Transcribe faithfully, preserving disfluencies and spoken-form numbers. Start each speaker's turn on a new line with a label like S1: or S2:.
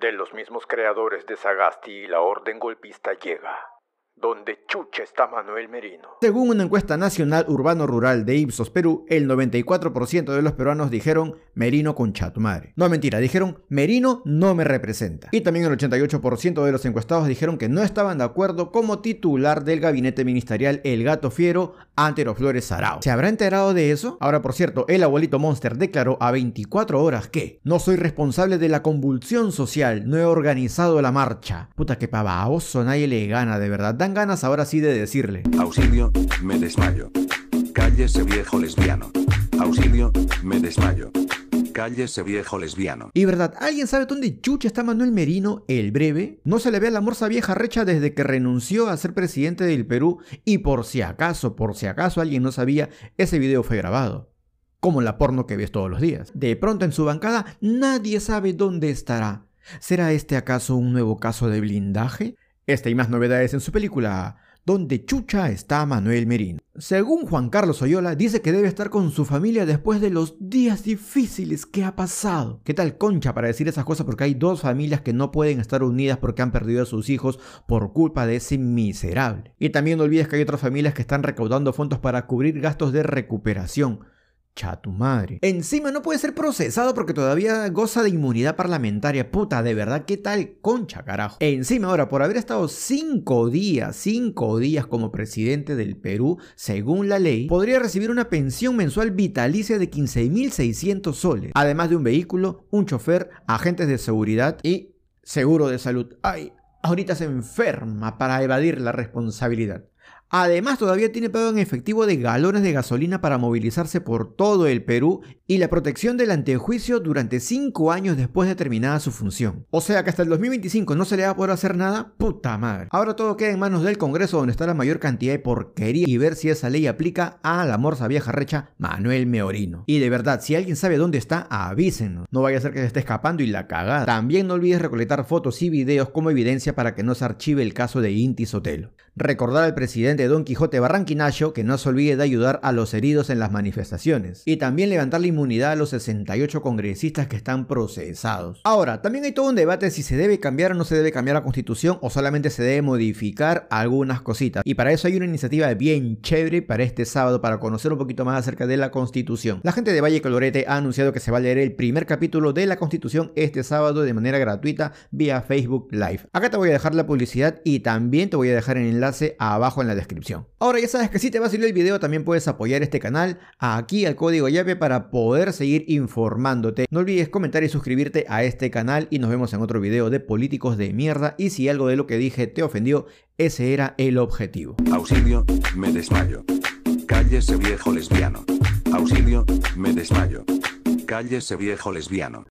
S1: de los mismos creadores de Sagasti y la orden golpista llega. Donde chucha está Manuel Merino.
S2: Según una encuesta nacional urbano-rural de Ipsos Perú, el noventa y cuatro por ciento de los peruanos dijeron Merino concha tu madre. No, mentira, dijeron Merino no me representa. Y también el ochenta y ocho por ciento de los encuestados dijeron que no estaban de acuerdo como titular del gabinete ministerial El Gato Fiero, Antero Flores Sarao. ¿Se habrá enterado de eso? Ahora, por cierto, el abuelito Monster declaró a veinticuatro horas que no soy responsable de la convulsión social, no he organizado la marcha. Puta que pavaoso, nadie le gana, de verdad. Dan ganas ahora sí de decirle:
S3: auxilio, me desmayo. Cállese viejo lesbiano. Auxilio, me desmayo. Cállese viejo lesbiano.
S2: Y verdad, ¿alguien sabe dónde chucha está Manuel Merino, el breve? No se le ve a la morsa vieja recha desde que renunció a ser presidente del Perú, y por si acaso, por si acaso alguien no sabía, ese video fue grabado. Como la porno que ves todos los días. De pronto en su bancada nadie sabe dónde estará. ¿Será este acaso un nuevo caso de blindaje? Esta y más novedades en su película ¿Dónde chucha está Manuel Merino? Según Juan Carlos Oyola, dice que debe estar con su familia después de los días difíciles que ha pasado. ¿Qué tal concha para decir esas cosas? Porque hay dos familias que no pueden estar unidas porque han perdido a sus hijos por culpa de ese miserable. Y también no olvides que hay otras familias que están recaudando fondos para cubrir gastos de recuperación. Cha tu madre. Encima no puede ser procesado porque todavía goza de inmunidad parlamentaria. Puta, de verdad, ¿qué tal concha, carajo? Encima ahora, por haber estado cinco días, cinco días como presidente del Perú, según la ley, podría recibir una pensión mensual vitalicia de quince mil seiscientos soles. Además de un vehículo, un chofer, agentes de seguridad y seguro de salud. Ay, ahorita se enferma para evadir la responsabilidad. Además, todavía tiene pago en efectivo de galones de gasolina para movilizarse por todo el Perú y la protección del antejuicio durante cinco años después de terminada su función. O sea que hasta el dos mil veinticinco no se le va a poder hacer nada. Puta madre. Ahora todo queda en manos del Congreso, donde está la mayor cantidad de porquería, y ver si esa ley aplica a la morsa vieja recha Manuel Merino. Y de verdad, si alguien sabe dónde está, avísenos. No vaya a ser que se esté escapando y la cagada. También no olvides recolectar fotos y videos como evidencia para que no se archive el caso de Inti Sotelo. Recordar al presidente Don Quijote Barranquinacho que no se olvide de ayudar a los heridos en las manifestaciones. Y también levantar la inmunidad a los sesenta y ocho congresistas que están procesados. Ahora, también hay todo un debate si se debe cambiar o no se debe cambiar la constitución o solamente se debe modificar algunas cositas. Y para eso hay una iniciativa bien chévere para este sábado para conocer un poquito más acerca de la constitución. La gente de Valle Colorete ha anunciado que se va a leer el primer capítulo de la constitución este sábado de manera gratuita vía Facebook Live. Acá te voy a dejar la publicidad y también te voy a dejar el enlace abajo en la descripción. Ahora ya sabes que si te va a salir el video también puedes apoyar este canal aquí al código llave para poder seguir informándote. No olvides comentar y suscribirte a este canal y nos vemos en otro video de políticos de mierda, y si algo de lo que dije te ofendió, ese era el objetivo.
S3: Auxilio, me desmayo. Cállese viejo lesbiano. Auxilio, me desmayo. Cállese viejo lesbiano.